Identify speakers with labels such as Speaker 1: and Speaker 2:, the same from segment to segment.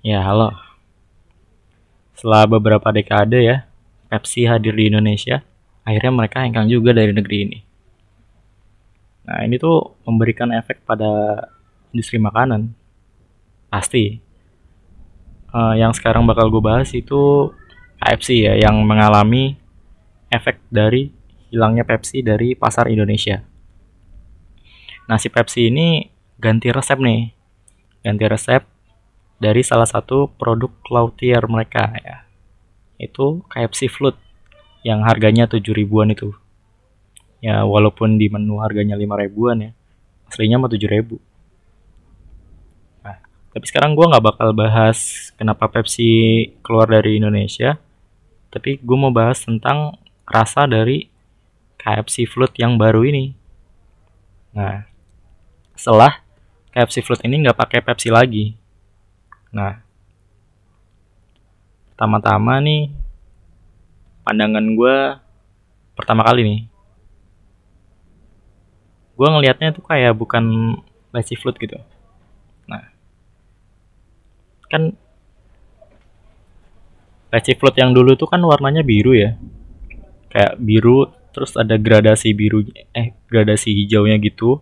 Speaker 1: Ya, halo. Setelah beberapa dekade ya, Pepsi hadir di Indonesia, akhirnya mereka hengkang juga dari negeri ini. Nah, ini tuh memberikan efek pada industri makanan. Pasti. Yang sekarang bakal gue bahas itu KFC ya, yang mengalami efek dari hilangnya Pepsi dari pasar Indonesia. Nah, si Pepsi ini ganti resep nih. Ganti resep dari salah satu produk lautier mereka ya. Itu KFC Float yang harganya 7 ribuan itu. Ya walaupun di menu harganya 5 ribuan ya, aslinya mah 7 ribu. Nah, tapi sekarang gue nggak bakal bahas kenapa Pepsi keluar dari Indonesia, tapi gue mau bahas tentang rasa dari KFC Float yang baru ini. Nah, setelah KFC Float ini nggak pakai Pepsi lagi. Nah, pertama-tama nih pandangan gue pertama kali nih, gue ngelihatnya tuh kayak bukan Pepsi Float gitu. Nah, kan Pepsi Float yang dulu tuh kan warnanya biru ya, kayak biru terus ada gradasi biru gradasi hijaunya gitu.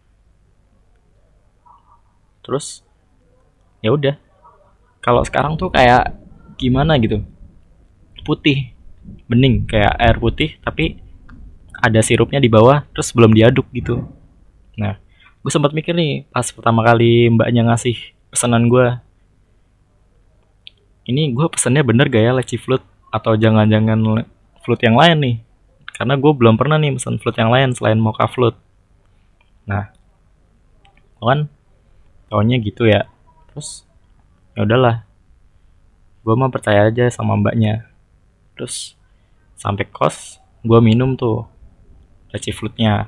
Speaker 1: Terus ya udah, kalau sekarang tuh kayak gimana gitu, putih bening kayak air putih tapi ada sirupnya di bawah terus belum diaduk gitu. Nah, gue sempat mikir nih pas pertama kali mbaknya ngasih pesanan gue, ini gue pesennya bener gak ya leci float atau jangan-jangan float yang lain nih, karena gue belum pernah nih pesen float yang lain selain mocha float. Nah, kan taunya gitu ya. Terus ya udahlah, gue mah percaya aja sama mbaknya. Terus sampai kos gue minum tuh leci floatnya.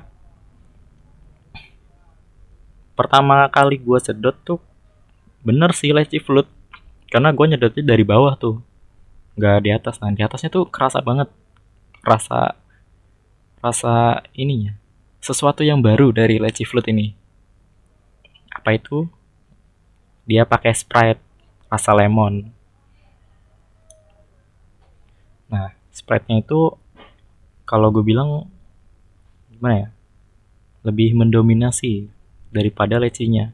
Speaker 1: Pertama kali gue sedot tuh bener sih leci float, karena gue nyedotnya dari bawah tuh, nggak di atas. Nah, di atasnya tuh kerasa banget, rasa rasa ininya, sesuatu yang baru dari leci float ini. Apa itu? Dia pakai Sprite rasa lemon. Nah, Sprite-nya itu kalau gue bilang gimana ya, lebih mendominasi daripada lecinya.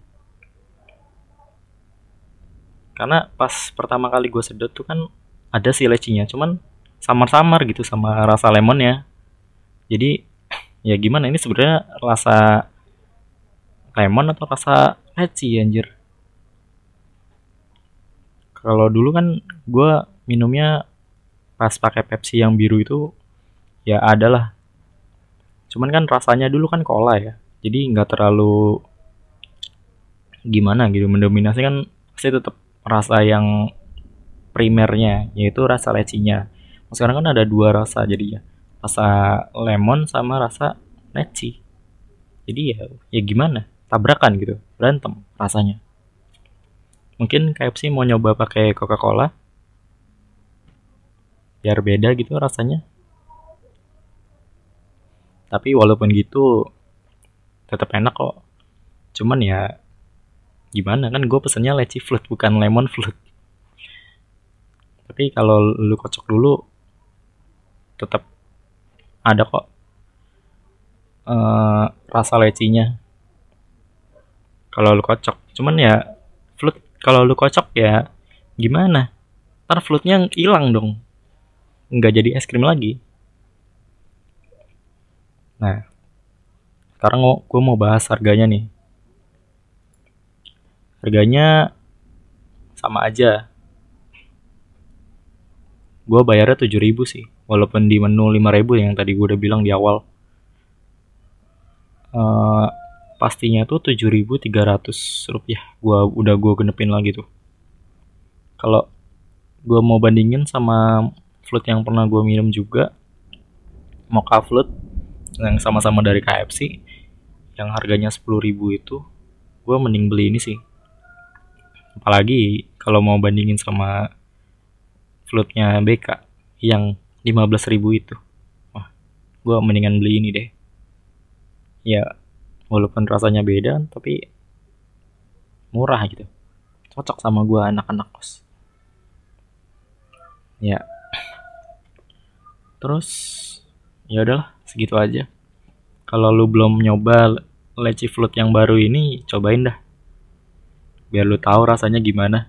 Speaker 1: Karena pas pertama kali gue sedot tuh kan ada si lecinya, cuman samar-samar gitu sama rasa lemonnya. Jadi ya gimana, ini sebenarnya rasa lemon atau rasa leci anjir. Kalau dulu kan gue minumnya pas pakai Pepsi yang biru itu ya adalah, cuman kan rasanya dulu kan cola ya, jadi nggak terlalu gimana gitu mendominasi, kan pasti tetap rasa yang primernya yaitu rasa lecinya. Sekarang kan ada dua rasa jadinya, rasa lemon sama rasa leci. Jadi ya gimana, tabrakan gitu, berantem rasanya. Mungkin KFC mau nyoba pakai Coca Cola biar beda gitu rasanya, tapi walaupun gitu tetap enak kok. Cuman ya gimana, kan gue pesennya leci float bukan lemon float. Tapi kalau lu kocok dulu tetap ada kok rasa lecinya kalau lu kocok. Cuman ya float kalau lu kocok ya gimana, ntar floatnya hilang dong, nggak jadi es krim lagi. Nah, sekarang gue mau bahas harganya nih. Harganya sama aja, gue bayarnya 7 ribu sih, walaupun di menu 5 ribu yang tadi gue udah bilang di awal. Eh, pastinya tuh 7.300 rupiah, gue genepin lagi tuh. Kalau gue mau bandingin sama float yang pernah gue minum juga, mocha float yang sama-sama dari KFC yang harganya 10 ribu itu, gue mending beli ini sih. Apalagi kalau mau bandingin sama floatnya BK yang 15 ribu itu, wah, gue mendingan beli ini deh. Ya walaupun rasanya beda tapi murah gitu. cocok sama gue anak-anak kos. Ya, terus ya udahlah segitu aja. Kalau lu belum nyoba leci float yang baru ini, cobain dah. Biar lu tahu rasanya gimana.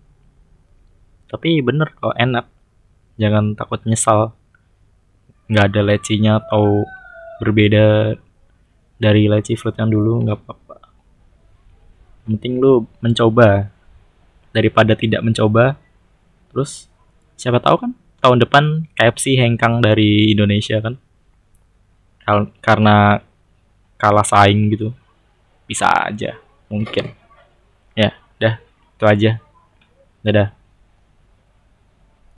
Speaker 1: Tapi bener kok enak. Jangan takut nyesal. Nggak ada lecinya atau berbeda dari leci float yang dulu, nggak apa-apa. Yang penting lu mencoba daripada tidak mencoba. Terus siapa tahu kan tahun depan KFC hengkang dari Indonesia kan. Karena kalah saing gitu. Bisa aja. Mungkin. Ya, dah. Itu aja. Dadah.